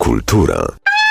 Kultura.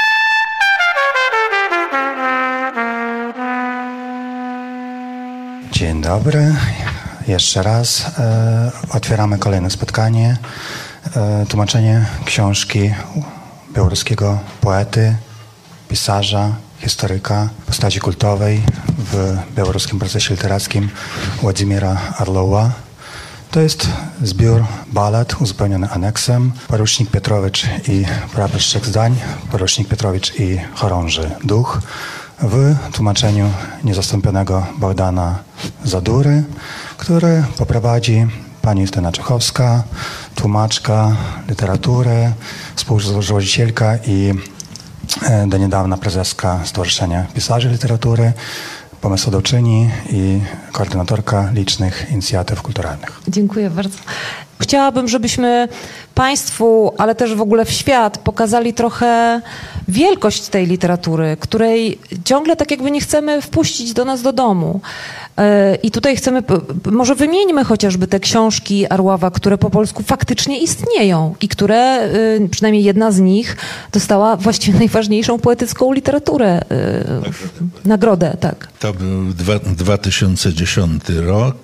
Dzień dobry. Jeszcze raz otwieramy kolejne spotkanie. Tłumaczenie książki białoruskiego poety, pisarza, historyka, postaci kultowej w białoruskim procesie literackim Władimira Orlowa. To jest zbiór ballad uzupełniony aneksem Porucznik Pietrowicz i Praporszczyk zdań, Porucznik Pietrowicz i Chorąży duch w tłumaczeniu niezastąpionego Bogdana Zadury, który poprowadzi pani Justyna Czechowska, tłumaczka literatury, współzałożycielka i do niedawna prezeska Stowarzyszenia Pisarzy Literatury, pomysłodawczyni i koordynatorka licznych inicjatyw kulturalnych. Dziękuję bardzo. Chciałabym, żebyśmy Państwu, ale też w ogóle w świat pokazali trochę wielkość tej literatury, której ciągle tak jakby nie chcemy wpuścić do nas do domu. I tutaj chcemy, może wymieńmy chociażby te książki Orłowa, które po polsku faktycznie istnieją i które, przynajmniej jedna z nich, dostała właściwie najważniejszą poetycką literaturę, nagrodę, tak. To był 2010 rok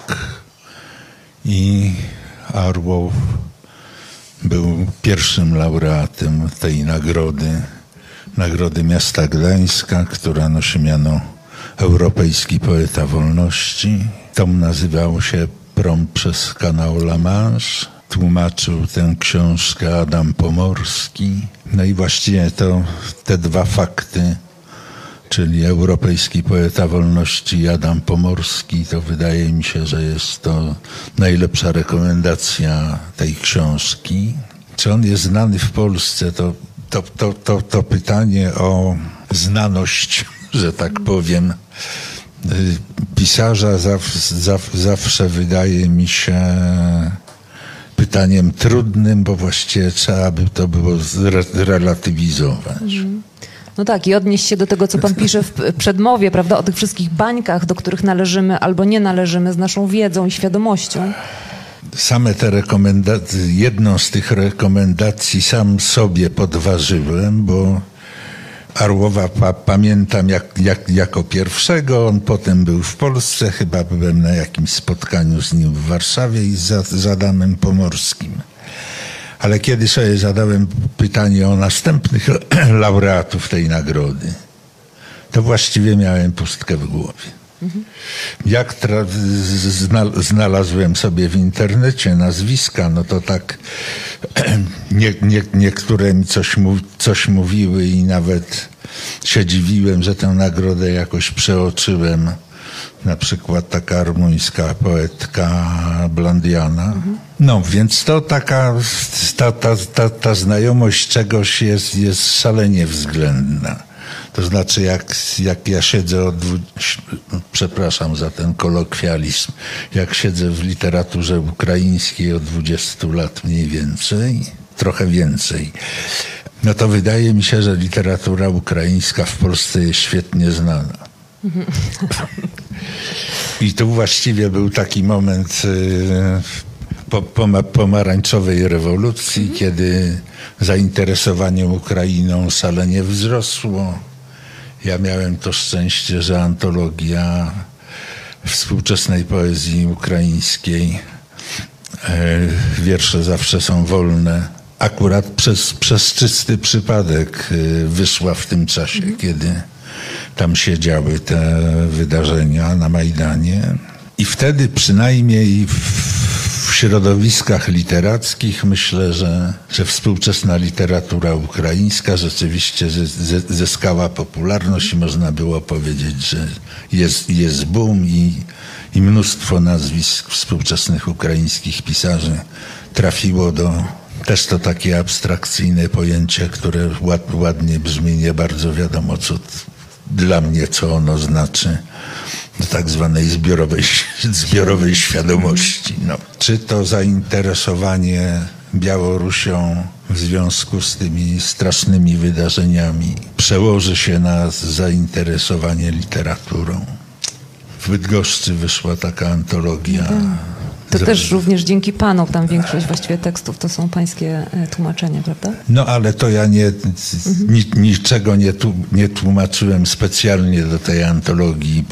i Orłow był pierwszym laureatem tej nagrody miasta Gdańska, która nosi miano Europejski Poeta Wolności. Tom nazywał się Prom przez kanał La Manche. Tłumaczył tę książkę Adam Pomorski. No i właściwie to te dwa fakty, czyli Europejski Poeta Wolności i Adam Pomorski, to wydaje mi się, że jest to najlepsza rekomendacja tej książki. Czy on jest znany w Polsce, to pytanie o znaność, że tak powiem, pisarza zawsze wydaje mi się pytaniem trudnym, bo właściwie trzeba by to było zrelatywizować. No tak, i odnieść się do tego, co pan pisze w przedmowie, prawda, o tych wszystkich bańkach, do których należymy albo nie należymy z naszą wiedzą i świadomością. Same te rekomendacje, jedną z tych rekomendacji sam sobie podważyłem, bo Orłowa pamiętam jako pierwszego, on potem był w Polsce, chyba byłem na jakimś spotkaniu z nim w Warszawie i z Adamem Pomorskim. Ale kiedy sobie zadałem pytanie o następnych laureatów tej nagrody, to właściwie miałem pustkę w głowie. Jak znalazłem sobie w internecie nazwiska, no to tak niektóre mi coś mówiły i nawet się dziwiłem, że tę nagrodę jakoś przeoczyłem. Na przykład taka rumuńska poetka Blandiana. No, więc to taka, ta znajomość czegoś jest szalenie względna. To znaczy, jak ja siedzę przepraszam za ten kolokwializm, jak siedzę w literaturze ukraińskiej od 20 lat mniej więcej, trochę więcej, no to wydaje mi się, że literatura ukraińska w Polsce jest świetnie znana. I tu właściwie był taki moment pomarańczowej rewolucji, kiedy zainteresowanie Ukrainą szalenie wzrosło. Ja miałem to szczęście, że antologia współczesnej poezji ukraińskiej, wiersze zawsze są wolne, akurat przez czysty przypadek wyszła w tym czasie, kiedy tam się działy te wydarzenia na Majdanie. I wtedy przynajmniej w środowiskach literackich myślę, że współczesna literatura ukraińska rzeczywiście zyskała popularność i można było powiedzieć, że jest boom i mnóstwo nazwisk współczesnych ukraińskich pisarzy trafiło do... Też to takie abstrakcyjne pojęcie, które ładnie brzmi, nie bardzo wiadomo dla mnie, co ono znaczy, do tak zwanej zbiorowej świadomości. No. Czy to zainteresowanie Białorusią w związku z tymi strasznymi wydarzeniami przełoży się na zainteresowanie literaturą? W Bydgoszczy wyszła taka antologia To też również dzięki panu, tam większość właściwie tekstów to są pańskie tłumaczenia, prawda? No ale to ja niczego nie tłumaczyłem specjalnie do tej antologii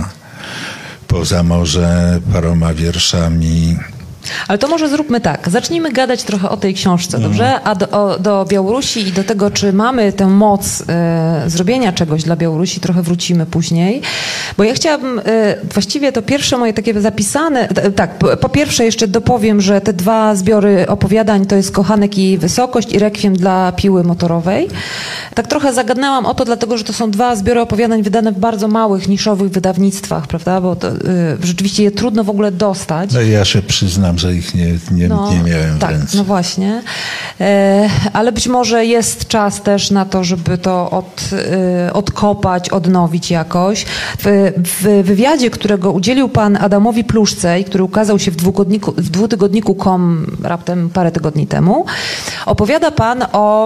poza może paroma wierszami. Ale to może zróbmy tak. Zacznijmy gadać trochę o tej książce, dobrze? A do Białorusi i do tego, czy mamy tę moc zrobienia czegoś dla Białorusi, trochę wrócimy później. Bo ja chciałabym, właściwie to pierwsze moje takie zapisane, tak, po pierwsze jeszcze dopowiem, że te 2 zbiory opowiadań to jest Kochanek i Wysokość i Rekwiem dla piły motorowej. Tak trochę zagadnęłam o to, dlatego, że to są 2 zbiory opowiadań wydane w bardzo małych, niszowych wydawnictwach, prawda? Bo to, rzeczywiście je trudno w ogóle dostać. No ja się przyznam, że ich nie miałem w ręce. No właśnie. Ale być może jest czas też na to, żeby to odkopać, odnowić jakoś. W wywiadzie, którego udzielił pan Adamowi Pluszce i który ukazał się w dwutygodniku .com raptem parę tygodni temu, opowiada pan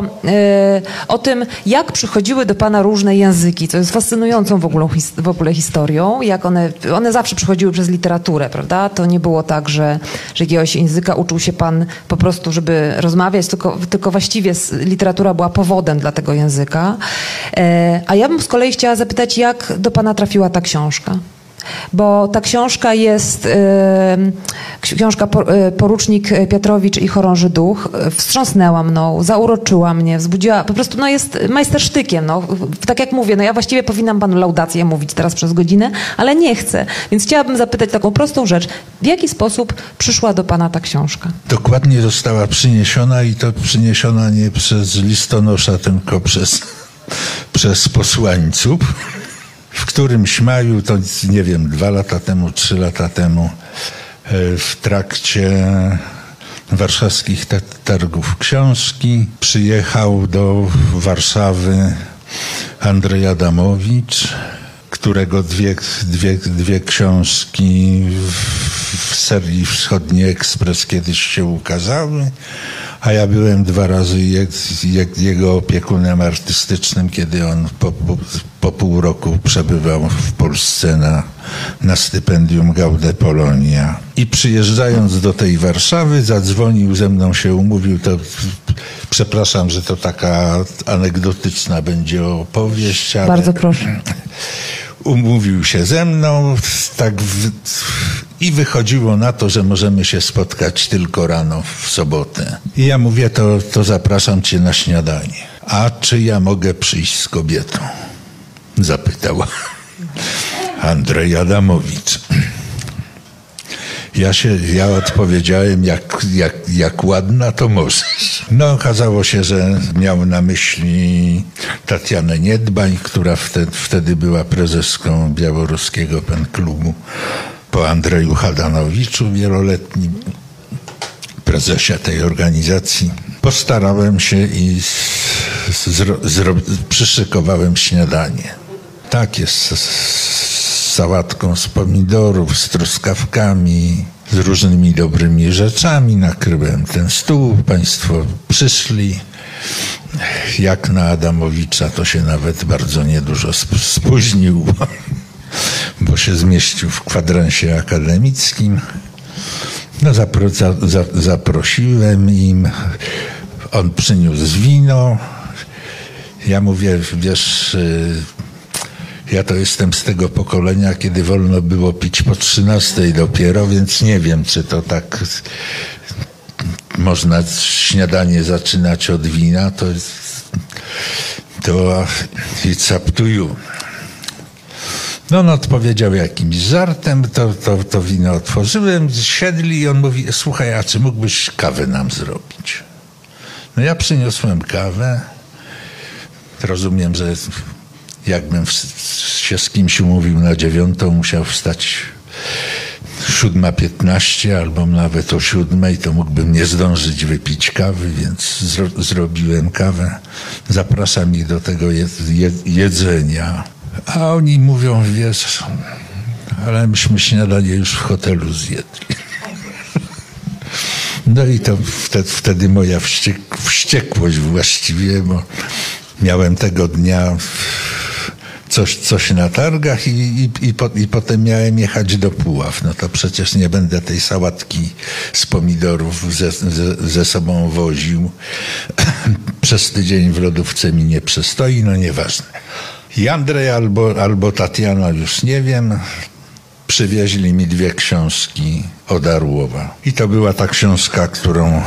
o tym, jak przychodziły do pana różne języki, co jest fascynującą w ogóle historią, jak one zawsze przychodziły przez literaturę, prawda? To nie było tak, że jakiegoś języka uczył się pan po prostu, żeby rozmawiać, tylko właściwie literatura była powodem dla tego języka. A ja bym z kolei chciała zapytać, jak do pana trafiła ta książka? Bo ta książka jest książka Porucznik Piotrowicz i Chorąży Duch. Wstrząsnęła mną, zauroczyła mnie, wzbudziła, po prostu jest majstersztykiem. Tak jak mówię, ja właściwie powinnam panu laudację mówić teraz przez godzinę, ale nie chcę. Więc chciałabym zapytać taką prostą rzecz. W jaki sposób przyszła do pana ta książka? Dokładnie została przyniesiona i to przyniesiona nie przez listonosza, tylko przez posłańców. W którymś maju, to nie wiem, 2 lata temu, 3 lata temu, w trakcie warszawskich targów książki przyjechał do Warszawy Andrzej Adamowicz, którego dwie książki w serii Wschodni Ekspres kiedyś się ukazały, a ja byłem 2 razy jego opiekunem artystycznym, kiedy on po pół roku przebywał w Polsce na stypendium Gaude Polonia. I przyjeżdżając do tej Warszawy, zadzwonił, ze mną się umówił, to przepraszam, że to taka anegdotyczna będzie opowieść, ale... Bardzo proszę. Umówił się ze mną i wychodziło na to, że możemy się spotkać tylko rano w sobotę. I ja mówię, to zapraszam cię na śniadanie. A czy ja mogę przyjść z kobietą? Zapytał Andrzej Adamowicz. Ja odpowiedziałem, jak ładna, to możesz. No, okazało się, że miał na myśli Tatianę Niedbań, która wtedy była prezeską białoruskiego penklubu po Andrzeju Hadanowiczu, wieloletnim prezesie tej organizacji. Postarałem się i przyszykowałem śniadanie. Tak jest, z sałatką z pomidorów, z truskawkami, z różnymi dobrymi rzeczami. Nakryłem ten stół, państwo przyszli. Jak na Adamowicza, to się nawet bardzo niedużo spóźnił, bo się zmieścił w kwadransie akademickim. No, zaprosiłem im, on przyniósł wino. Ja mówię, wiesz, ja to jestem z tego pokolenia, kiedy wolno było pić po 13 dopiero, więc nie wiem, czy to tak można śniadanie zaczynać od wina, to it's up to you. No, on odpowiedział jakimś żartem, to wino otworzyłem, siedli i on mówi, słuchaj, a czy mógłbyś kawę nam zrobić? No, ja przyniosłem kawę. Rozumiem, że jakbym się z kimś umówił na 9, musiał wstać 7:15 albo nawet o 7, to mógłbym nie zdążyć wypić kawy, więc zrobiłem kawę. Zapraszam ich do tego jedzenia. A oni mówią, wiesz, ale myśmy śniadanie już w hotelu zjedli. No i to wtedy moja wściekłość właściwie, bo miałem tego dnia coś na targach i potem miałem jechać do Puław. No to przecież nie będę tej sałatki z pomidorów ze sobą woził. Przez tydzień w lodówce mi nie przystoi, no nieważne. I Andrzej albo Tatiana, już nie wiem, przywieźli mi 2 książki od Arłowa. I to była ta książka, którą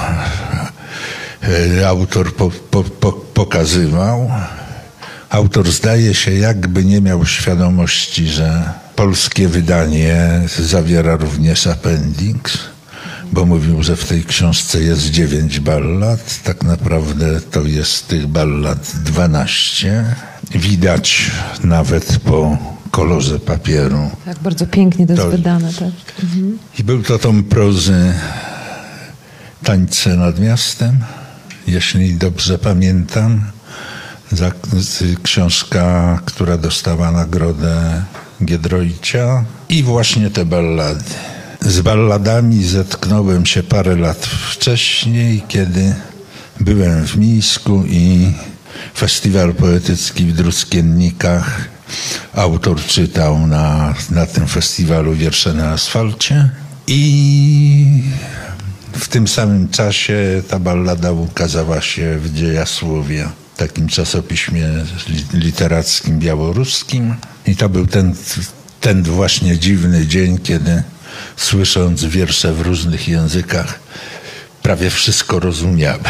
autor pokazywał. Autor, zdaje się, jakby nie miał świadomości, że polskie wydanie zawiera również appendix, bo mówił, że w tej książce jest 9 ballad. Tak naprawdę to jest tych ballad 12. Widać nawet po kolorze papieru. Tak, bardzo pięknie to jest wydane. Tak. I był to tom prozy Tańce nad miastem, jeśli dobrze pamiętam. Książka, która dostała nagrodę Giedroycia. I właśnie te ballady. Z balladami zetknąłem się parę lat wcześniej, kiedy byłem w Mińsku i festiwal poetycki w Druskiennikach. Autor czytał na tym festiwalu wiersze na asfalcie i w tym samym czasie ta ballada ukazała się w Dziejasłowie, takim czasopiśmie literackim białoruskim. I to był ten właśnie dziwny dzień, kiedy słysząc wiersze w różnych językach, prawie wszystko rozumiałem.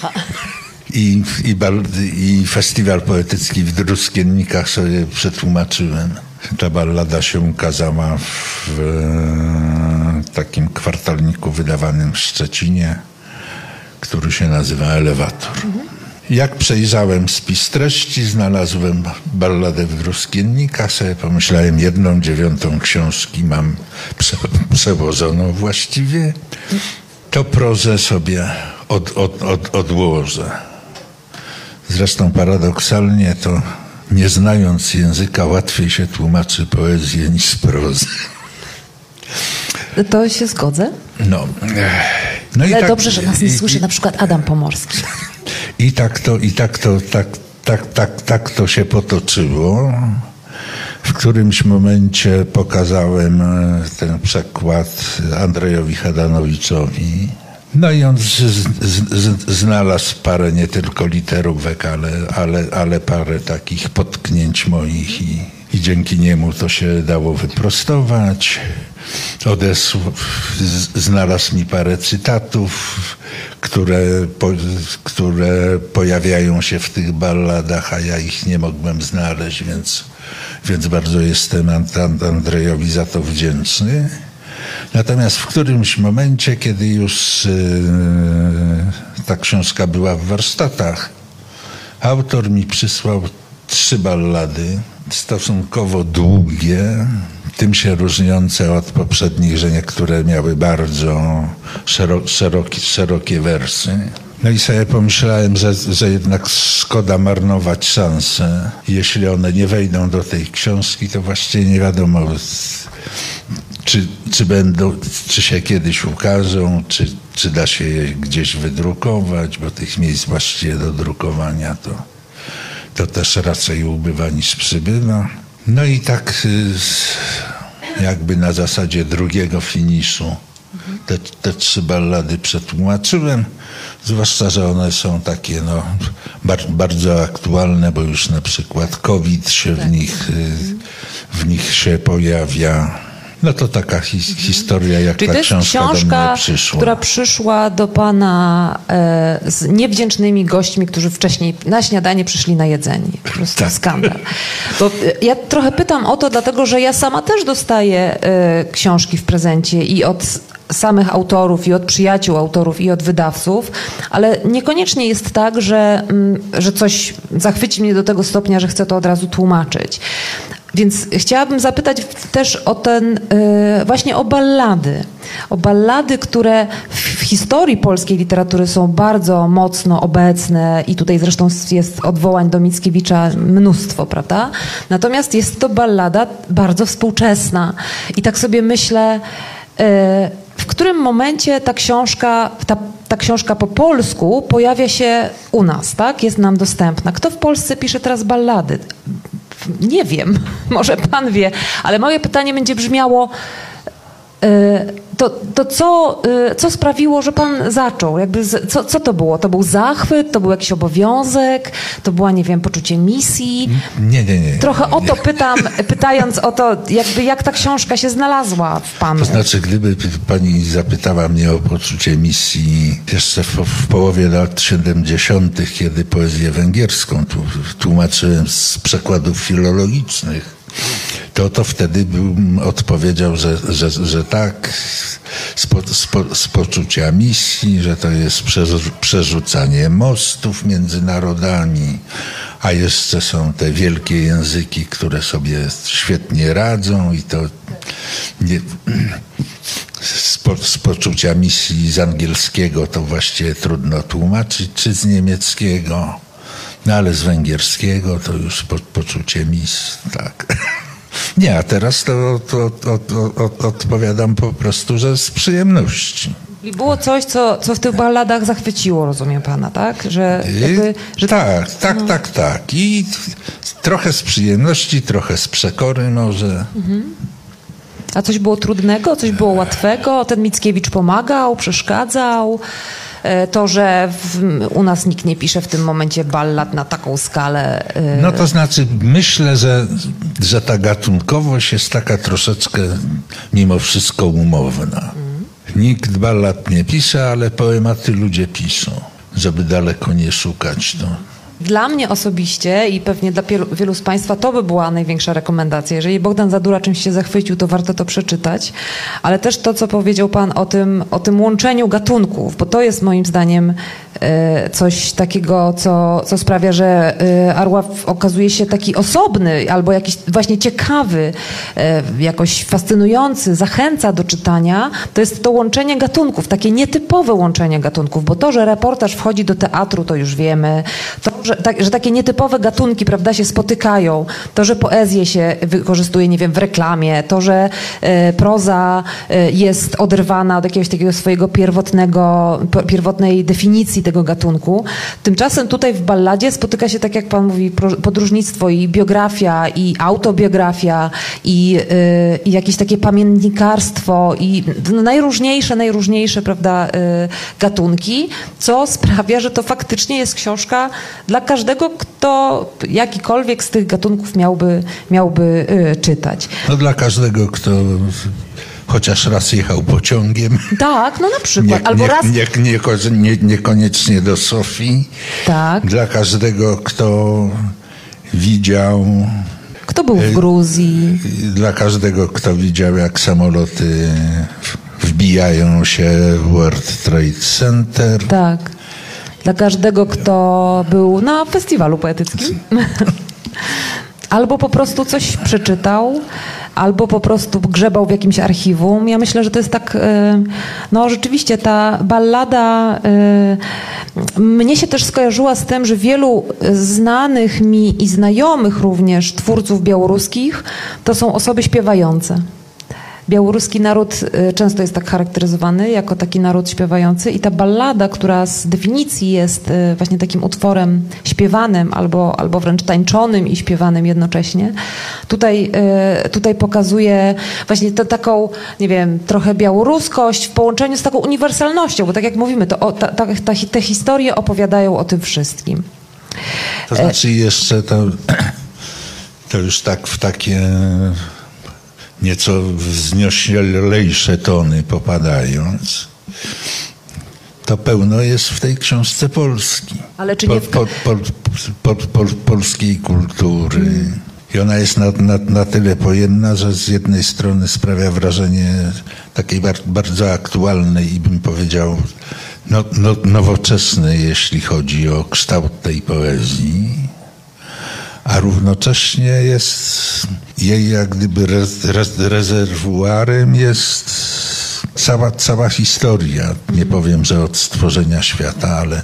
I festiwal poetycki w Druskiennikach sobie przetłumaczyłem. Ta ballada się ukazała w takim kwartalniku wydawanym w Szczecinie, który się nazywa Elewator. Jak przejrzałem spis treści, znalazłem balladę w Druskiennikach, sobie pomyślałem, 1/9 książki mam przełożoną właściwie, to prozę sobie odłożę. Zresztą paradoksalnie to, nie znając języka, łatwiej się tłumaczy poezję niż prozę. To się zgodzę. No ale tak, dobrze, że nas nie słyszy na przykład Adam Pomorski. I tak to się potoczyło. W którymś momencie pokazałem ten przekład Andrzejowi Hadanowiczowi. No i on znalazł parę nie tylko literówek, ale parę takich potknięć moich i dzięki niemu to się dało wyprostować. Znalazł mi parę cytatów, które pojawiają się w tych balladach, a ja ich nie mogłem znaleźć, więc bardzo jestem Andrzejowi za to wdzięczny. Natomiast w którymś momencie, kiedy już ta książka była w warsztatach, autor mi przysłał 3 ballady, stosunkowo długie, tym się różniące od poprzednich, że niektóre miały bardzo szerokie wersy. No i sobie pomyślałem, że jednak szkoda marnować szansę. Jeśli one nie wejdą do tej książki, to właściwie nie wiadomo, czy się kiedyś ukażą, czy da się je gdzieś wydrukować, bo tych miejsc właściwie do drukowania to też raczej ubywa niż przybywa. No i tak jakby na zasadzie drugiego finiszu te 3 ballady przetłumaczyłem, zwłaszcza, że one są takie bardzo aktualne, bo już na przykład COVID się w nich się pojawia. No to taka historia, jak czyli ta to jest książka do mnie przyszła. Która przyszła do pana z niewdzięcznymi gośćmi, którzy wcześniej na śniadanie przyszli na jedzenie. Po prostu tak. Skandal. Bo ja trochę pytam o to, dlatego że ja sama też dostaję książki w prezencie i od samych autorów, i od przyjaciół autorów, i od wydawców, ale niekoniecznie jest tak, że coś zachwyci mnie do tego stopnia, że chcę to od razu tłumaczyć. Więc chciałabym zapytać też o właśnie o ballady. O ballady, które w historii polskiej literatury są bardzo mocno obecne i tutaj zresztą jest odwołań do Mickiewicza mnóstwo, prawda? Natomiast jest to ballada bardzo współczesna. I tak sobie myślę, w którym momencie ta książka po polsku pojawia się u nas, tak? Jest nam dostępna. Kto w Polsce pisze teraz ballady? Nie wiem, może pan wie, ale moje pytanie będzie brzmiało, co sprawiło, że pan zaczął? Co to było? To był zachwyt? To był jakiś obowiązek? To była, nie wiem, poczucie misji? Nie. Trochę o to pytam, pytając o to, jak ta książka się znalazła w panu. To znaczy, gdyby pani zapytała mnie o poczucie misji jeszcze w połowie lat 70., kiedy poezję węgierską tłumaczyłem z przekładów filologicznych, to wtedy bym odpowiedział, że tak, z poczucia misji, że to jest przerzucanie mostów między narodami, a jeszcze są te wielkie języki, które sobie świetnie radzą i to nie, z poczucia misji z angielskiego to właściwie trudno tłumaczyć, czy z niemieckiego, no ale z węgierskiego to już poczucie misji, tak. Nie, a teraz to odpowiadam po prostu, że z przyjemności. I było coś, co w tych balladach zachwyciło, rozumiem pana, tak? Tak. I trochę z przyjemności, trochę z przekory może. A coś było trudnego, coś było łatwego? Ten Mickiewicz pomagał, przeszkadzał? To, że u nas nikt nie pisze w tym momencie ballad na taką skalę. No to znaczy, myślę, że ta gatunkowość jest taka troszeczkę mimo wszystko umowna. Nikt ballad nie pisze, ale poematy ludzie piszą, żeby daleko nie szukać. To. Dla mnie osobiście i pewnie dla wielu z państwa to by była największa rekomendacja. Jeżeli Bogdan Zadura czymś się zachwycił, to warto to przeczytać. Ale też to, co powiedział pan o tym łączeniu gatunków, bo to jest moim zdaniem coś takiego, co sprawia, że Arław okazuje się taki osobny albo jakiś właśnie ciekawy, jakoś fascynujący, zachęca do czytania. To jest to łączenie gatunków, takie nietypowe łączenie gatunków, bo to, że reportaż wchodzi do teatru, to już wiemy. To, że takie nietypowe gatunki, prawda, się spotykają. To, że poezję się wykorzystuje, nie wiem, w reklamie. To, że proza jest oderwana od jakiegoś takiego swojego pierwotnej definicji tego gatunku. Tymczasem tutaj w balladzie spotyka się, tak jak pan mówi, podróżnictwo i biografia, i autobiografia, i jakieś takie pamiętnikarstwo, i najróżniejsze, prawda, gatunki, co sprawia, że to faktycznie jest książka dla każdego, kto jakikolwiek z tych gatunków miałby czytać. No dla każdego, kto chociaż raz jechał pociągiem. Tak, no na przykład. Albo raz... Niekoniecznie do Sofii. Tak. Dla każdego, kto widział... Kto był w Gruzji. Dla każdego, kto widział, jak samoloty wbijają się w World Trade Center. Tak. Dla każdego, kto był na festiwalu poetyckim. Albo po prostu coś przeczytał, albo po prostu grzebał w jakimś archiwum. Ja myślę, że to jest tak, no rzeczywiście ta ballada mnie się też skojarzyła z tym, że wielu znanych mi i znajomych również twórców białoruskich to są osoby śpiewające. Białoruski naród często jest tak charakteryzowany jako taki naród śpiewający i ta ballada, która z definicji jest właśnie takim utworem śpiewanym albo wręcz tańczonym i śpiewanym jednocześnie, tutaj pokazuje właśnie tę taką, nie wiem, trochę białoruskość w połączeniu z taką uniwersalnością, bo tak jak mówimy, to te historie opowiadają o tym wszystkim. To znaczy jeszcze to już tak w takie... nieco wznioślejsze tony popadając, to pełno jest w tej książce Polski. Ale czy nie polskiej kultury. I ona jest na tyle pojemna, że z jednej strony sprawia wrażenie takiej bardzo aktualnej i bym powiedział nowoczesnej, jeśli chodzi o kształt tej poezji. A równocześnie jest jej jak gdyby rezerwuarem jest cała historia. Nie powiem, że od stworzenia świata, ale...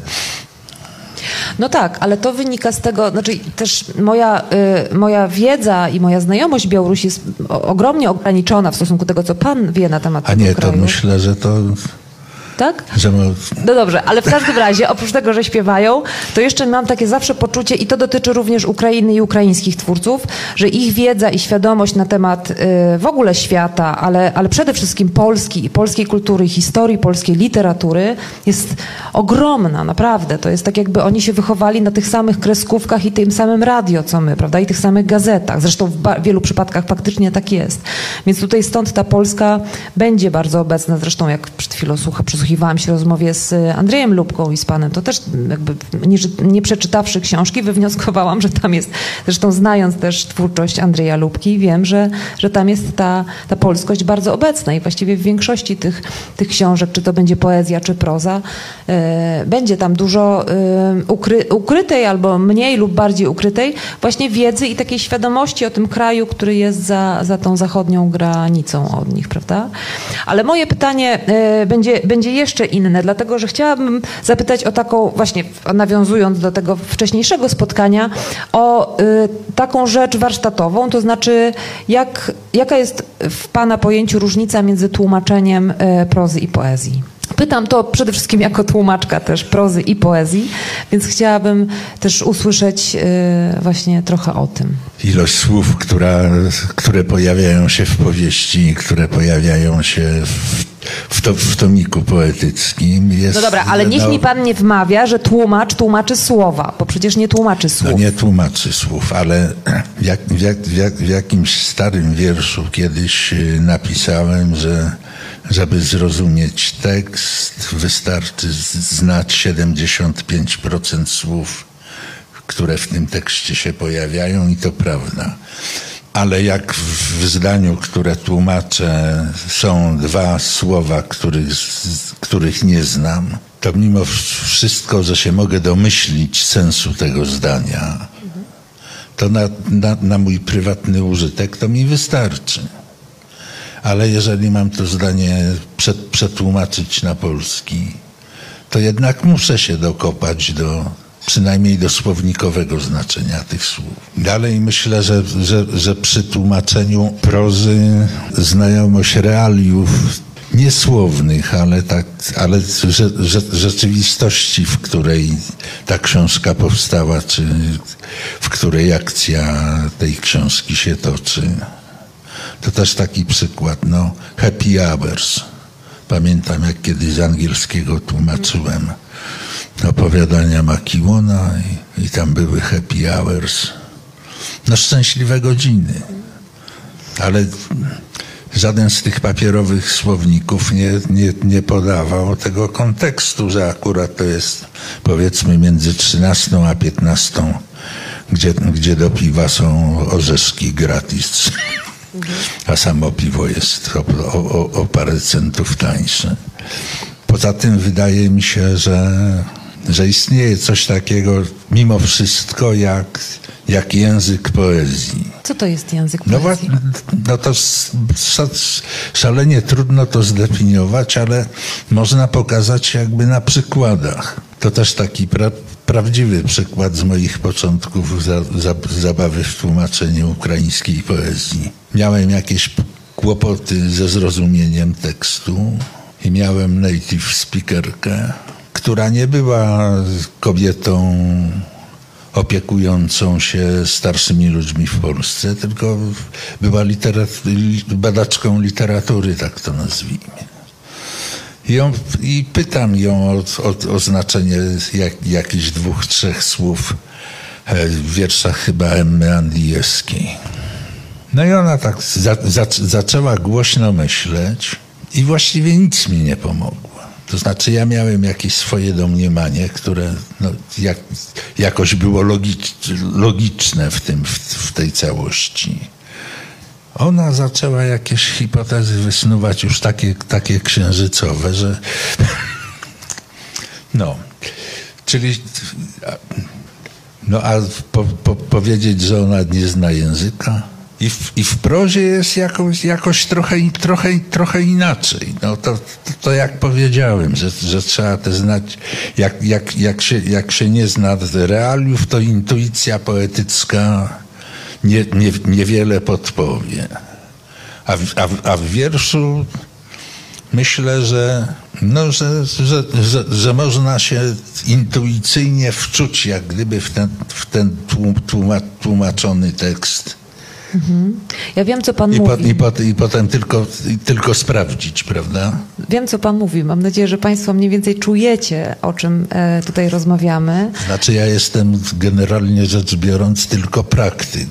No tak, ale to wynika z tego, znaczy też moja wiedza i moja znajomość Białorusi jest ogromnie ograniczona w stosunku do tego, co pan wie na temat tego kraju. To myślę, że to tak? No dobrze, ale w każdym razie, oprócz tego, że śpiewają, to jeszcze mam takie zawsze poczucie, i to dotyczy również Ukrainy i ukraińskich twórców, że ich wiedza i świadomość na temat w ogóle świata, ale przede wszystkim Polski i polskiej kultury, historii polskiej literatury jest ogromna, naprawdę. To jest tak, jakby oni się wychowali na tych samych kreskówkach i tym samym radio, co my, prawda? I tych samych gazetach. Zresztą w wielu przypadkach faktycznie tak jest. Więc tutaj stąd ta Polska będzie bardzo obecna. Zresztą jak przed chwilą przysłuchiwałam się rozmowie z Andrzejem Lubką i z panem, to też jakby nie przeczytawszy książki, wywnioskowałam, że tam jest, zresztą znając też twórczość Andrzeja Lubki, wiem, że tam jest ta polskość bardzo obecna i właściwie w większości tych książek, czy to będzie poezja, czy proza, będzie tam dużo ukrytej albo mniej lub bardziej ukrytej właśnie wiedzy i takiej świadomości o tym kraju, który jest za tą zachodnią granicą od nich, prawda? Ale moje pytanie będzie jeszcze inne, dlatego że chciałabym zapytać o taką, właśnie nawiązując do tego wcześniejszego spotkania, o taką rzecz warsztatową, to znaczy jaka jest w pana pojęciu różnica między tłumaczeniem prozy i poezji? Pytam to przede wszystkim jako tłumaczka też prozy i poezji, więc chciałabym też usłyszeć właśnie trochę o tym. Ilość słów, które pojawiają się w powieści, które pojawiają się w tomiku poetyckim jest... No dobra, ale niech mi pan nie wmawia, że tłumacz tłumaczy słowa, bo przecież nie tłumaczy słów. No nie tłumaczy słów, ale w jakimś starym wierszu kiedyś napisałem, że żeby zrozumieć tekst, wystarczy znać 75% słów, które w tym tekście się pojawiają, i to prawda. Ale jak w zdaniu, które tłumaczę, są dwa słowa, których nie znam, to mimo wszystko, że się mogę domyślić sensu tego zdania, to na mój prywatny użytek to mi wystarczy. Ale jeżeli mam to zdanie przetłumaczyć na polski, to jednak muszę się dokopać przynajmniej do słownikowego znaczenia tych słów. Dalej myślę, że przy tłumaczeniu prozy znajomość realiów niesłownych, ale rzeczywistości, w której ta książka powstała, czy w której akcja tej książki się toczy. To też taki przykład, happy hours. Pamiętam, jak kiedyś z angielskiego tłumaczyłem opowiadania Makiłona i tam były happy hours. Szczęśliwe godziny. Ale żaden z tych papierowych słowników nie podawał tego kontekstu, że akurat to jest powiedzmy między 13 a 15, gdzie do piwa są orzeszki gratis. A samo piwo jest o parę centów tańsze. Poza tym wydaje mi się, że istnieje coś takiego mimo wszystko jak język poezji. Co to jest język poezji? No to szalenie trudno to zdefiniować, ale można pokazać jakby na przykładach. To też taki prawdziwy przykład z moich początków zabawy w tłumaczeniu ukraińskiej poezji. Miałem jakieś kłopoty ze zrozumieniem tekstu i miałem native speakerkę, która nie była kobietą opiekującą się starszymi ludźmi w Polsce, tylko była badaczką literatury, tak to nazwijmy. I pytam ją o znaczenie jakichś 2-3 słów w wierszach chyba Emmy Andijewskiej. No i ona tak zaczęła głośno myśleć i właściwie nic mi nie pomogło. To znaczy ja miałem jakieś swoje domniemanie, które jakoś było logiczne w tej całości. Ona zaczęła jakieś hipotezy wysnuwać już takie księżycowe, że czyli powiedzieć, że ona nie zna języka i w prozie jest jakoś trochę inaczej. To jak powiedziałem, że trzeba te znać, jak się nie zna realiów, to intuicja poetycka niewiele podpowie. A w wierszu myślę, No, że można się intuicyjnie wczuć jak gdyby w ten tłumaczony tekst. Ja wiem, co pan mówi. I potem tylko sprawdzić, prawda? Wiem, co pan mówi. Mam nadzieję, że państwo mniej więcej czujecie, o czym tutaj rozmawiamy. Znaczy ja jestem generalnie rzecz biorąc tylko praktyk,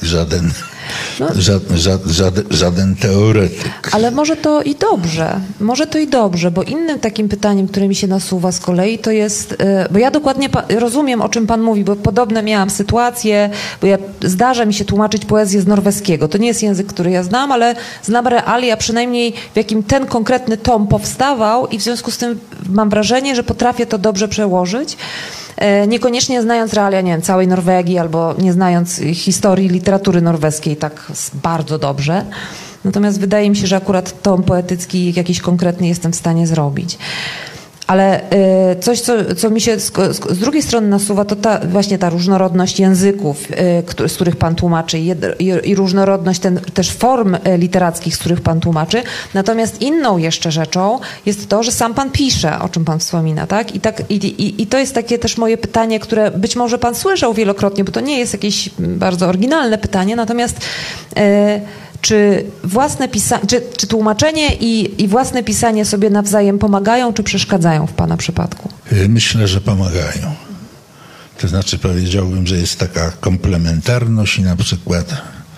żaden teoretyk. Ale może to i dobrze, bo innym takim pytaniem, które mi się nasuwa z kolei, to jest, bo ja dokładnie rozumiem, o czym pan mówi, bo podobne miałam sytuacje, bo zdarza mi się tłumaczyć poezję z norweskiego. To nie jest język, który ja znam, ale znam realia, przynajmniej w jakim ten konkretny tom powstawał i w związku z tym mam wrażenie, że potrafię to dobrze przełożyć. Niekoniecznie znając realia, nie wiem, całej Norwegii albo nie znając historii literatury norweskiej tak bardzo dobrze. Natomiast wydaje mi się, że akurat tom poetycki jakiś konkretny jestem w stanie zrobić. Ale coś, co mi się z drugiej strony nasuwa, to właśnie ta różnorodność języków, z których pan tłumaczy i różnorodność też form literackich, z których pan tłumaczy. Natomiast inną jeszcze rzeczą jest to, że sam pan pisze, o czym pan wspomina, tak? I to jest takie też moje pytanie, które być może pan słyszał wielokrotnie, bo to nie jest jakieś bardzo oryginalne pytanie, natomiast czy własne czy tłumaczenie i własne pisanie sobie nawzajem pomagają, czy przeszkadzają w pana przypadku? Myślę, że pomagają. To znaczy powiedziałbym, że jest taka komplementarność i na przykład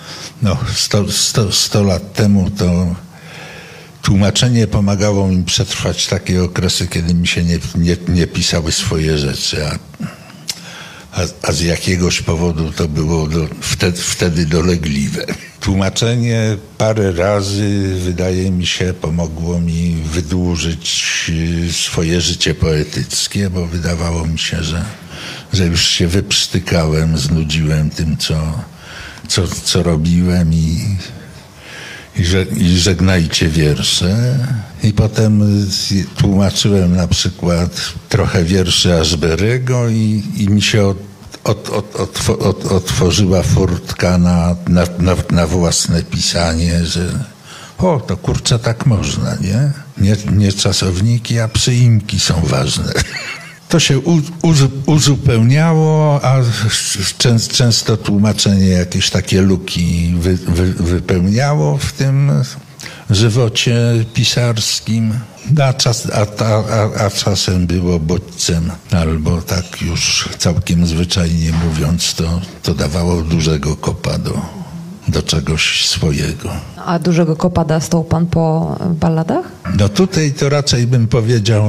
100 lat temu to tłumaczenie pomagało mi przetrwać takie okresy, kiedy mi się nie pisały swoje rzeczy, a z jakiegoś powodu to było wtedy dolegliwe. Tłumaczenie parę razy, wydaje mi się, pomogło mi wydłużyć swoje życie poetyckie, bo wydawało mi się, że już się wyprztykałem, znudziłem tym, co robiłem i żegnajcie wiersze. I potem tłumaczyłem na przykład trochę wierszy Ashbery'ego i mi się otworzyła furtka na własne pisanie, że to kurczę, tak można, nie? Nie czasowniki, a przyimki są ważne. To się uzupełniało, a często tłumaczenie jakieś takie luki wypełniało w tym żywocie pisarskim, a czasem było bodźcem, albo tak już całkiem zwyczajnie mówiąc, to dawało dużego kopa do czegoś swojego. A dużego kopa dostał pan po balladach? No tutaj to raczej bym powiedział,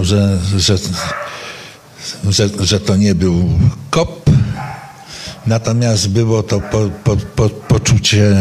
że to nie był kop, natomiast było to poczucie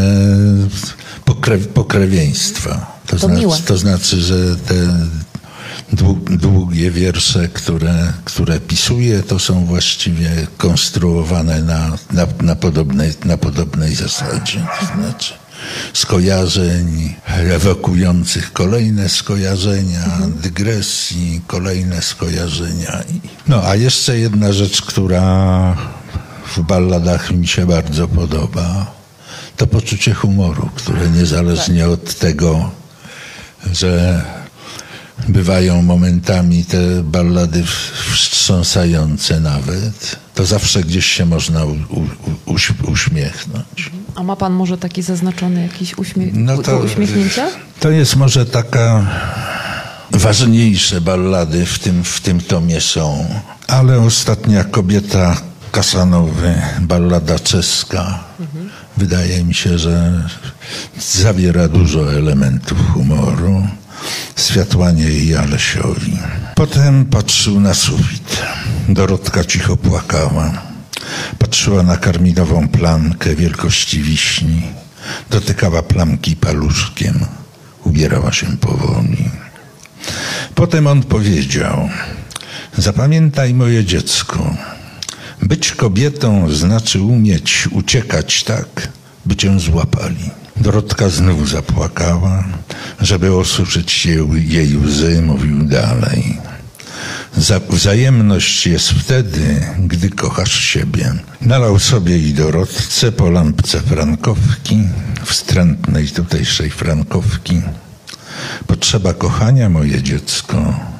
pokrewieństwa. To znaczy, że te długie wiersze, które pisuję, to są właściwie konstruowane na podobnej zasadzie. To znaczy skojarzeń ewokujących kolejne skojarzenia, dygresji, kolejne skojarzenia. A jeszcze jedna rzecz, która w balladach mi się bardzo podoba, to poczucie humoru, które niezależnie od tego, że bywają momentami te ballady wstrząsające nawet, to zawsze gdzieś się można uśmiechnąć. A ma pan może taki zaznaczony jakiś uśmiechnięcia? To jest może taka ważniejsze ballady w tym tomie są. Ale Ostatnia kobieta Kasanowy, ballada czeska, wydaje mi się, że zawiera dużo elementów humoru. Światłanie i Alesiowi. Potem patrzył na sufit. Dorotka cicho płakała. Patrzyła na karminową plamkę wielkości wiśni. Dotykała plamki paluszkiem. Ubierała się powoli. Potem on powiedział: zapamiętaj, moje dziecko, być kobietą znaczy umieć uciekać tak, by cię złapali. Dorotka znów zapłakała. Żeby osuszyć jej łzy, mówił dalej. Wzajemność jest wtedy, gdy kochasz siebie. Nalał sobie i Dorotce po lampce frankowki, wstrętnej tutejszej frankowki. Potrzeba kochania, moje dziecko,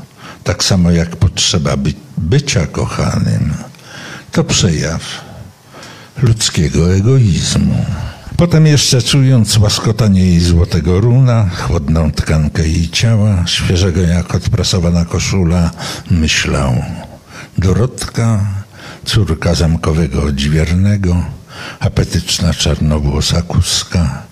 tak samo jak potrzeba bycia kochanym, to przejaw ludzkiego egoizmu. Potem jeszcze czując łaskotanie jej złotego runa, chłodną tkankę jej ciała, świeżego jak odprasowana koszula, myślał: Dorotka, córka zamkowego odźwiernego, apetyczna czarnowłosa kuska,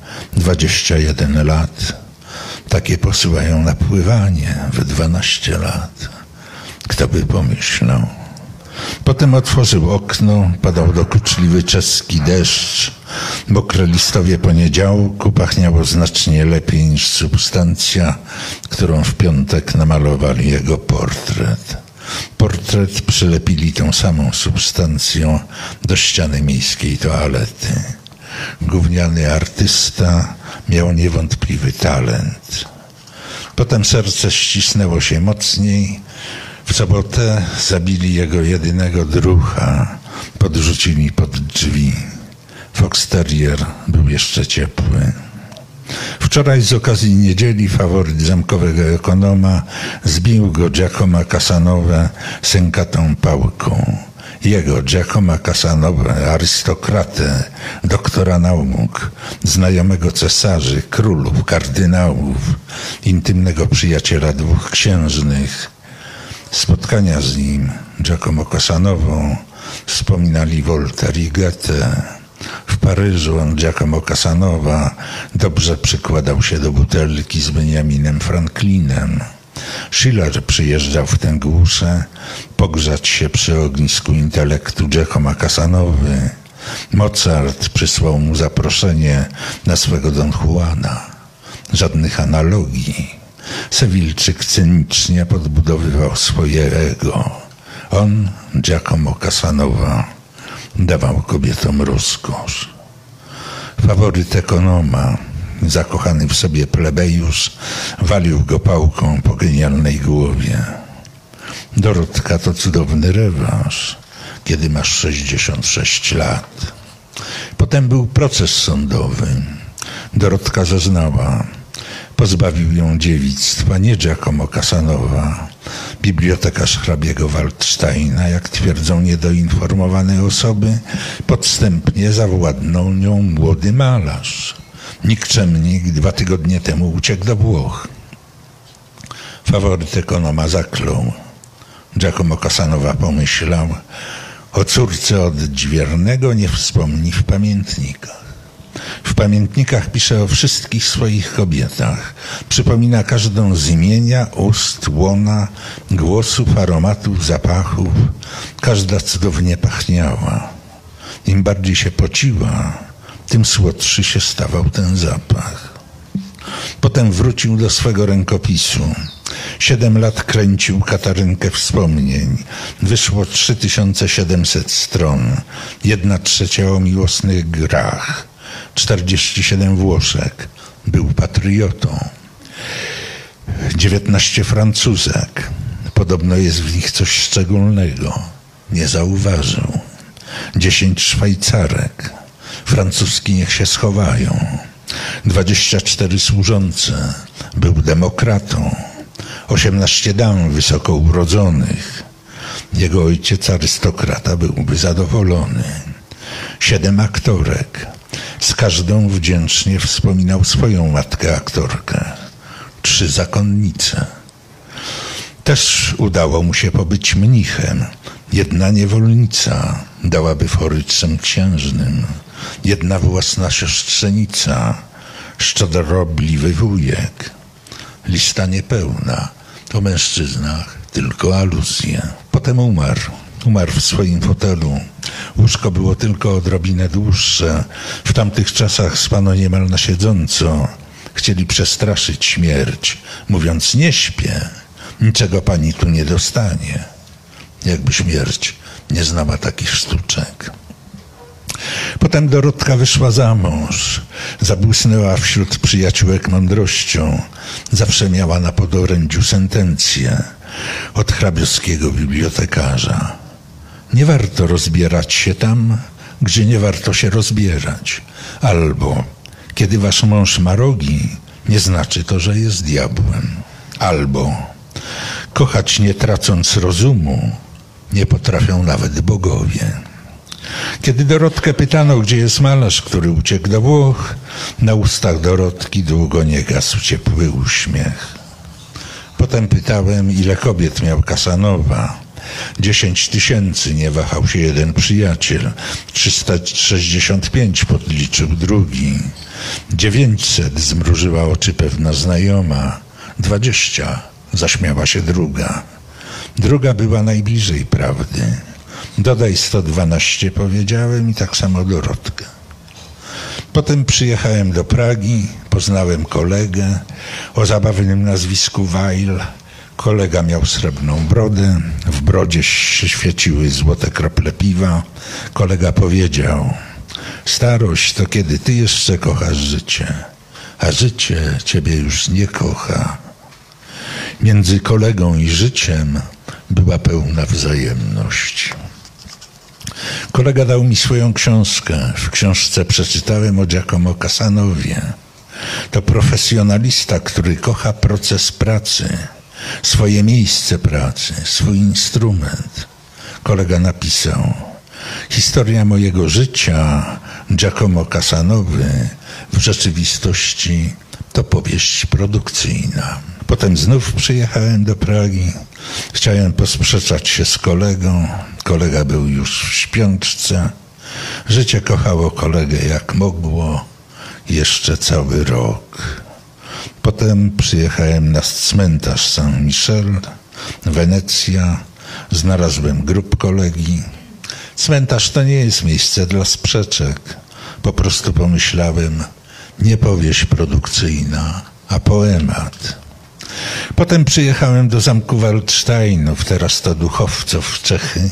21 lat. Takie posyłają na pływanie w 12 lat. Kto by pomyślał? Potem otworzył okno, padał dokuczliwy czeski deszcz. Mokre listowie poniedziałku pachniało znacznie lepiej niż substancja, którą w piątek namalowali jego portret. Portret przylepili tą samą substancją do ściany miejskiej toalety. Gówniany artysta miał niewątpliwy talent. Potem serce ścisnęło się mocniej. W sobotę zabili jego jedynego drucha, podrzucili pod drzwi. Fox Terrier był jeszcze ciepły. Wczoraj z okazji niedzieli faworyt zamkowego ekonoma zbił go Giacomo Casanova sękatą pałką. Jego, Giacomo Casanova, arystokratę, doktora nauk, znajomego cesarzy, królów, kardynałów, intymnego przyjaciela dwóch księżnych. Spotkania z nim, Giacomo Casanovą, wspominali Voltaire i Goethe. W Paryżu on, Giacomo Casanova, dobrze przykładał się do butelki z Benjaminem Franklinem. Schiller przyjeżdżał w tę głuszę pogrzać się przy ognisku intelektu Giacomo Casanowy. Mozart przysłał mu zaproszenie na swego Don Juana. Żadnych analogii. Sewilczyk cynicznie podbudowywał swoje ego. On, Giacomo Casanova, dawał kobietom rozkosz. Faworyt ekonoma, zakochany w sobie plebejusz, walił go pałką po genialnej głowie. Dorotka to cudowny rewanż, kiedy masz 66 lat. Potem był proces sądowy. Dorotka zeznała. Pozbawił ją dziewictwa nie Giacomo Casanova, bibliotekarz hrabiego Waldsteina, jak twierdzą niedoinformowane osoby, podstępnie zawładnął nią młody malarz. Nikczemnik 2 tygodnie temu uciekł do Włoch. Faworyt ekonoma zaklął. Giacomo Casanova pomyślał: o córce odźwiernego nie wspomni w pamiętnikach. W pamiętnikach pisze o wszystkich swoich kobietach. Przypomina każdą z imienia, ust, łona, głosów, aromatów, zapachów. Każda cudownie pachniała. Im bardziej się pociła, tym słodszy się stawał ten zapach. Potem wrócił do swego rękopisu. 7 lat kręcił katarynkę wspomnień. Wyszło 3700 stron. 1/3 o miłosnych grach. 47 Włoszek. Był patriotą. 19 Francuzek. Podobno jest w nich coś szczególnego. Nie zauważył. 10 Szwajcarek. Francuski niech się schowają. 24 służące. Był demokratą. 18 dam wysoko urodzonych. Jego ojciec arystokrata byłby zadowolony. 7 aktorek. Z każdą wdzięcznie wspominał swoją matkę aktorkę. 3 zakonnice. Też udało mu się pobyć mnichem. 1 niewolnica dałaby fory 3 księżnym. 1 własna siostrzenica, szczodrobliwy wujek. Lista niepełna. O mężczyznach tylko aluzje. Potem umarł. Umarł w swoim fotelu. Łóżko było tylko odrobinę dłuższe. W tamtych czasach spano niemal na siedząco. Chcieli przestraszyć śmierć, mówiąc: nie śpię, niczego pani tu nie dostanie. Jakby śmierć nie znała takich sztuczek. Potem Dorotka wyszła za mąż. Zabłysnęła wśród przyjaciółek mądrością. Zawsze miała na podorędziu sentencję od hrabiowskiego bibliotekarza. Nie warto rozbierać się tam, gdzie nie warto się rozbierać. Albo kiedy wasz mąż ma rogi, nie znaczy to, że jest diabłem. Albo Kochać nie tracąc rozumu nie potrafią nawet bogowie. Kiedy Dorotkę pytano, gdzie jest malarz, który uciekł do Włoch, na ustach Dorotki długo nie gasł ciepły uśmiech. Potem pytałem, ile kobiet miał Casanova. 10 000, nie wahał się jeden przyjaciel. 365 podliczył drugi. 900, zmrużyła oczy pewna znajoma. 20, zaśmiała się druga. Druga była najbliżej prawdy. Dodaj 112, powiedziałem, i tak samo Dorotkę. Potem przyjechałem do Pragi, poznałem kolegę o zabawnym nazwisku Weil. Kolega miał srebrną brodę, w brodzie się świeciły złote krople piwa. Kolega powiedział: starość to kiedy ty jeszcze kochasz życie, a życie ciebie już nie kocha. Między kolegą i życiem była pełna wzajemność. Kolega dał mi swoją książkę. W książce przeczytałem o Giacomo Casanowie. To profesjonalista, który kocha proces pracy, swoje miejsce pracy, swój instrument. Kolega napisał: historia mojego życia Giacomo Casanowy w rzeczywistości to powieść produkcyjna. Potem znów przyjechałem do Pragi. Chciałem posprzeczać się z kolegą. Kolega był już w śpiączce. Życie kochało kolegę jak mogło. Jeszcze cały rok. Potem przyjechałem na cmentarz Saint-Michel, Wenecja. Znalazłem grób kolegi. Cmentarz to nie jest miejsce dla sprzeczek. Po prostu pomyślałem, nie powieść produkcyjna, a poemat. Potem przyjechałem do zamku Waldsteinów, teraz to Duchowców,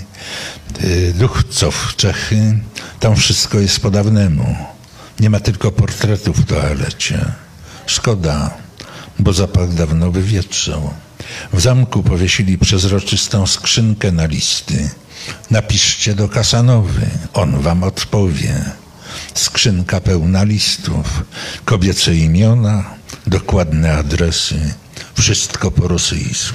Czechy. Tam wszystko jest po dawnemu. Nie ma tylko portretów w toalecie. Szkoda, bo zapach dawno wywietrzał. W zamku powiesili przezroczystą skrzynkę na listy. Napiszcie do Casanowy, on wam odpowie. Skrzynka pełna listów, kobiece imiona, dokładne adresy, wszystko po rosyjsku.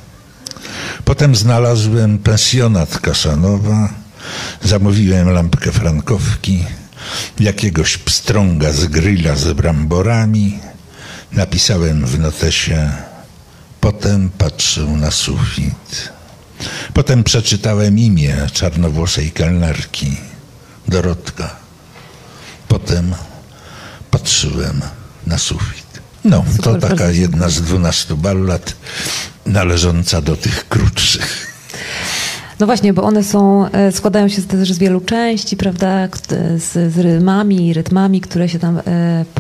Potem znalazłem pensjonat Casanowa, zamówiłem lampkę frankowki, jakiegoś pstrąga z grilla z bramborami, napisałem w notesie: potem patrzył na sufit. Potem przeczytałem imię czarnowłosej kelnerki, Dorotka. Potem patrzyłem na sufit. No, to taka jedna z 12 ballad należąca do tych krótszych. No właśnie, bo one składają się też z wielu części, prawda, z rytmami, które się tam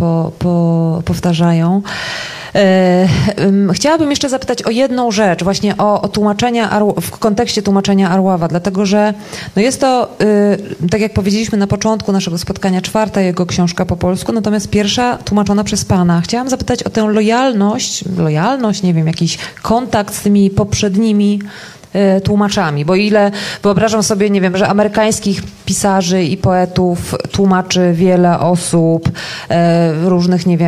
powtarzają. Chciałabym jeszcze zapytać o jedną rzecz, właśnie o tłumaczenia w kontekście tłumaczenia Arława, dlatego że no jest to, tak jak powiedzieliśmy na początku naszego spotkania, 4. jego książka po polsku, natomiast 1. tłumaczona przez pana. Chciałam zapytać o tę lojalność, nie wiem, jakiś kontakt z tymi poprzednimi tłumaczami, bo ile wyobrażam sobie, nie wiem, że amerykańskich pisarzy i poetów tłumaczy wiele osób, różnych, nie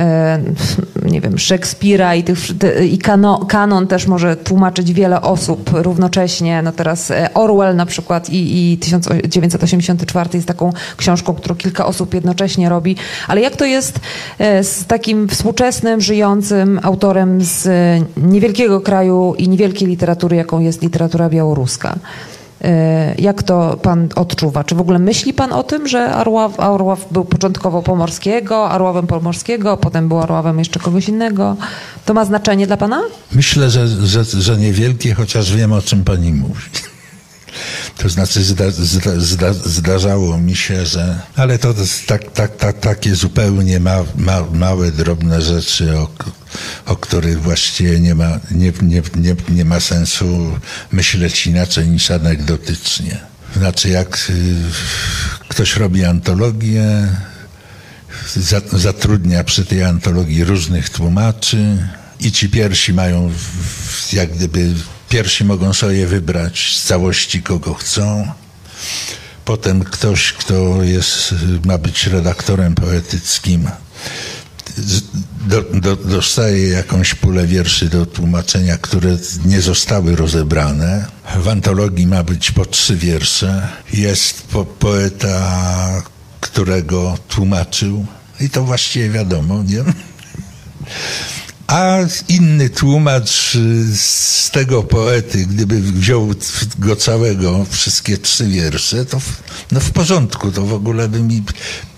wiem, Szekspira i kanon też może tłumaczyć wiele osób równocześnie. No teraz Orwell na przykład i 1984 jest taką książką, którą kilka osób jednocześnie robi, ale jak to jest z takim współczesnym, żyjącym autorem z niewielkiego kraju i niewielkiej literatury, jaką jest literatura białoruska? Jak to pan odczuwa? Czy w ogóle myśli pan o tym, że Arław był początkowo Arławem Pomorskiego, potem był Arławem jeszcze kogoś innego? To ma znaczenie dla pana? Myślę, że niewielkie, chociaż wiem, o czym pani mówi. To znaczy zdarzało mi się, że... Ale to jest takie zupełnie małe, drobne rzeczy, o których właściwie nie ma sensu myśleć inaczej niż anegdotycznie. Znaczy, jak ktoś robi antologię, zatrudnia przy tej antologii różnych tłumaczy i ci pierwsi mają jak gdyby... Pierwsi mogą sobie wybrać z całości, kogo chcą. Potem ktoś, kto ma być redaktorem poetyckim, dostaję jakąś pulę wierszy do tłumaczenia, które nie zostały rozebrane. W antologii ma być po 3 wiersze. Jest poeta, którego tłumaczył i to właściwie wiadomo, nie? A inny tłumacz z tego poety, gdyby wziął go całego, wszystkie 3 wiersze, to w porządku, to w ogóle by mi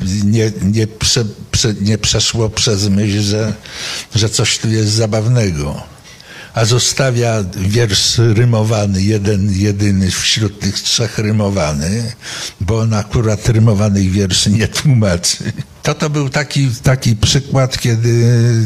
nie przeszło przez myśl, że coś tu jest zabawnego. A zostawia wiersz rymowany, jedyny wśród tych 3 rymowany, bo on akurat rymowanych wierszy nie tłumaczy. To był taki przykład, kiedy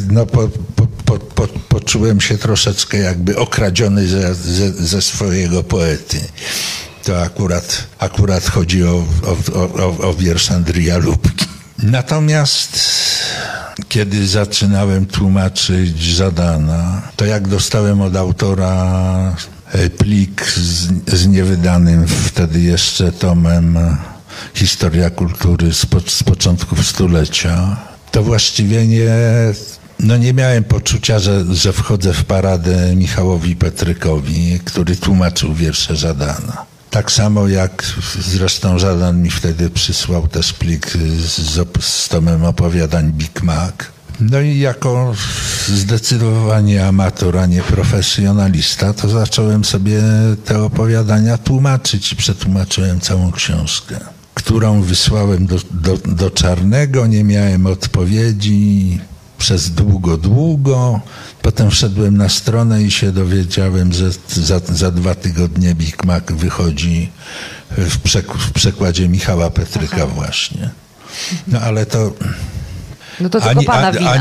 poczułem się troszeczkę jakby okradziony ze swojego poety. To akurat chodzi o wiersz Andrija Lubki. Natomiast kiedy zaczynałem tłumaczyć Żadana, to jak dostałem od autora plik z niewydanym wtedy jeszcze tomem Historia kultury z początków stulecia, to właściwie nie miałem poczucia, że wchodzę w paradę Michałowi Petrykowi, który tłumaczył wiersze Żadana. Tak samo jak zresztą Żadan mi wtedy przysłał też plik z tomem opowiadań Big Mac. No i jako zdecydowanie amator, a nie profesjonalista, to zacząłem sobie te opowiadania tłumaczyć i przetłumaczyłem całą książkę, którą wysłałem do Czarnego. Nie miałem odpowiedzi przez długo. Potem wszedłem na stronę i się dowiedziałem, że za 2 tygodnie Big Mac wychodzi w przekładzie Michała Petryka właśnie. No ale to... No to tylko pana wina.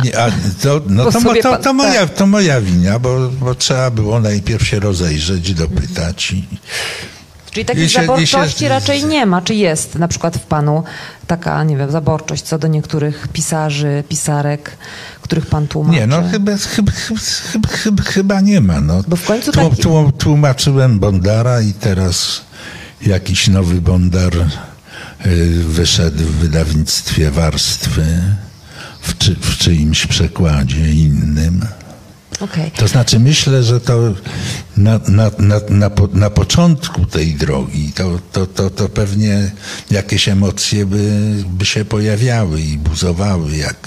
To moja wina, bo trzeba było najpierw się rozejrzeć, dopytać. Czyli takiej zaborczości raczej nie ma. Czy jest na przykład w panu taka, nie wiem, zaborczość co do niektórych pisarzy, pisarek, których pan tłumaczy? Nie, no chyba nie ma. No. Bo w końcu tłumaczyłem Bondara i teraz jakiś nowy Bondar wyszedł w wydawnictwie Warstwy w czyimś przekładzie innym. Okay. To znaczy myślę, że to na początku tej drogi to pewnie jakieś emocje by się pojawiały i buzowały, jak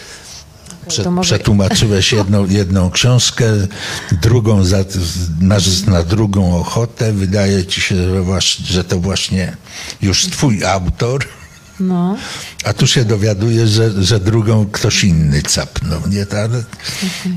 przetłumaczyłeś jedną książkę, drugą masz na drugą ochotę, wydaje ci się, że to właśnie już twój autor. No. A tu się dowiadujesz, że drugą ktoś inny capnął. Nie? Ale... Okay.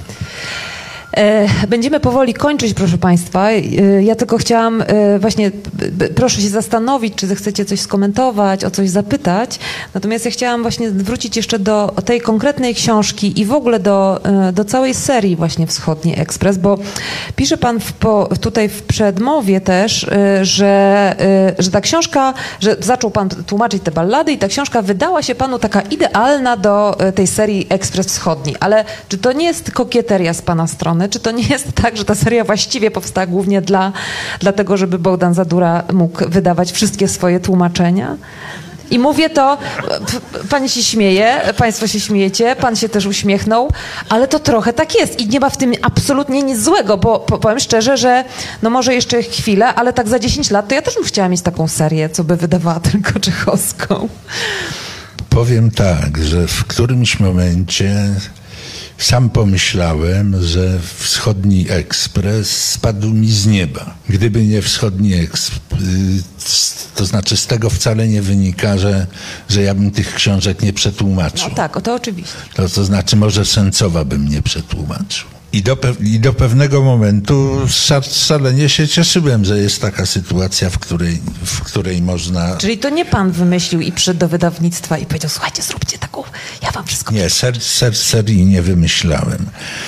Będziemy powoli kończyć, proszę państwa. Ja tylko chciałam właśnie, proszę się zastanowić, czy chcecie coś skomentować, o coś zapytać. Natomiast ja chciałam właśnie wrócić jeszcze do tej konkretnej książki i w ogóle do całej serii właśnie Wschodni Ekspres, bo pisze pan tutaj w przedmowie też, że ta książka, że zaczął pan tłumaczyć te ballady i ta książka wydała się panu taka idealna do tej serii Ekspres Wschodni. Ale czy to nie jest kokieteria z pana strony? Czy to nie jest tak, że ta seria właściwie powstała głównie dlatego, żeby Bogdan Zadura mógł wydawać wszystkie swoje tłumaczenia? I mówię to, pani się śmieje, państwo się śmiejecie, pan się też uśmiechnął, ale to trochę tak jest i nie ma w tym absolutnie nic złego, bo powiem szczerze, że no może jeszcze chwilę, ale tak za 10 lat to ja też bym chciała mieć taką serię, co by wydawała tylko czechowską. Powiem tak, że w którymś momencie sam pomyślałem, że Wschodni Ekspres spadł mi z nieba. Gdyby nie Wschodni Ekspres, to znaczy z tego wcale nie wynika, że ja bym tych książek nie przetłumaczył. No tak, to oczywiście. To znaczy może Sencowa bym nie przetłumaczył. I do pewnego momentu szalenie się cieszyłem, że jest taka sytuacja, w której można... Czyli to nie pan wymyślił i przyszedł do wydawnictwa i powiedział, słuchajcie, zróbcie taką, ja wam wszystko... Nie, serii nie wymyślałem.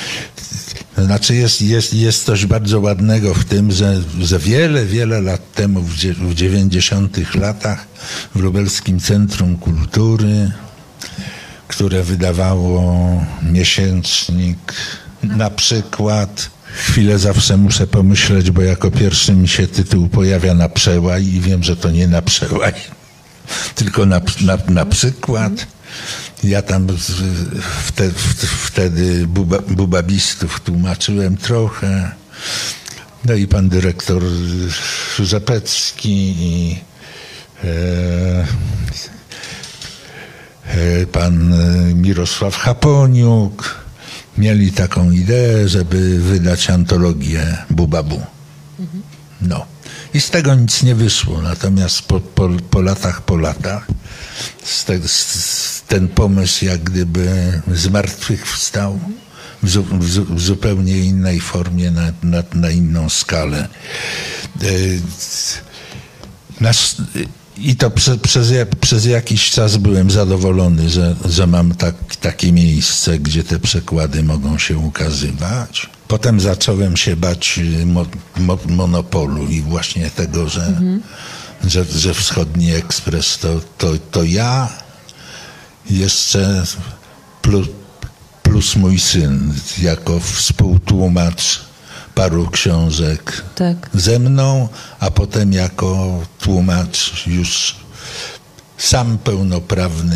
To znaczy jest coś bardzo ładnego w tym, że wiele lat temu, w 90 latach w Lubelskim Centrum Kultury, które wydawało miesięcznik, na przykład, chwilę zawsze muszę pomyśleć, bo jako pierwszy mi się tytuł pojawia na przełaj i wiem, że to nie na przełaj, tylko na przykład. Ja tam wtedy bubabistów tłumaczyłem trochę. No i pan dyrektor Rzepecki i pan Mirosław Chaponiuk mieli taką ideę, żeby wydać antologię Bubabu. No. I z tego nic nie wyszło. Natomiast po latach ten pomysł jak gdyby zmartwychwstał w zupełnie innej formie, na inną skalę. I to przez jakiś czas byłem zadowolony, że mam takie miejsce, gdzie te przekłady mogą się ukazywać. Potem zacząłem się bać monopolu i właśnie tego, że Wschodni Ekspres to ja, jeszcze plus mój syn, jako współtłumacz paru książek ze mną, a potem jako tłumacz już sam pełnoprawny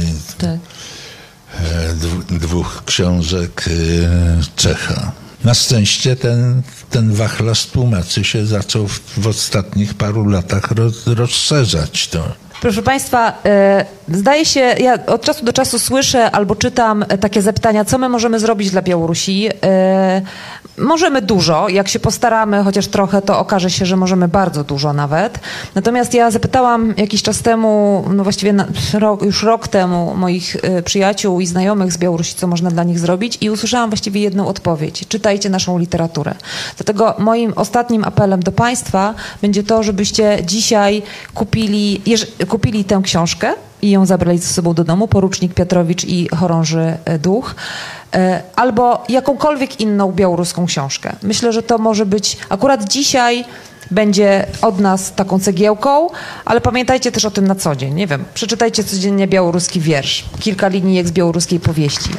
dwóch książek Czecha. Na szczęście ten wachlarz tłumaczy się zaczął w ostatnich paru latach rozszerzać to. Proszę Państwa, zdaje się, ja od czasu do czasu słyszę albo czytam takie zapytania, co my możemy zrobić dla Białorusi. Możemy dużo, jak się postaramy, chociaż trochę, to okaże się, że możemy bardzo dużo nawet. Natomiast ja zapytałam jakiś czas temu, no właściwie już rok temu, moich przyjaciół i znajomych z Białorusi, co można dla nich zrobić, i usłyszałam właściwie jedną odpowiedź. Czytajcie naszą literaturę. Dlatego moim ostatnim apelem do Państwa będzie to, żebyście dzisiaj kupili tę książkę i ją zabrali ze sobą do domu, Porucznik Piotrowicz i Chorąży Duch, albo jakąkolwiek inną białoruską książkę. Myślę, że to może być, akurat dzisiaj będzie od nas taką cegiełką, ale pamiętajcie też o tym na co dzień. Nie wiem, przeczytajcie codziennie białoruski wiersz, kilka linijek z białoruskiej powieści.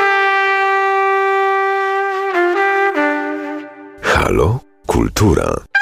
Halo? Kultura.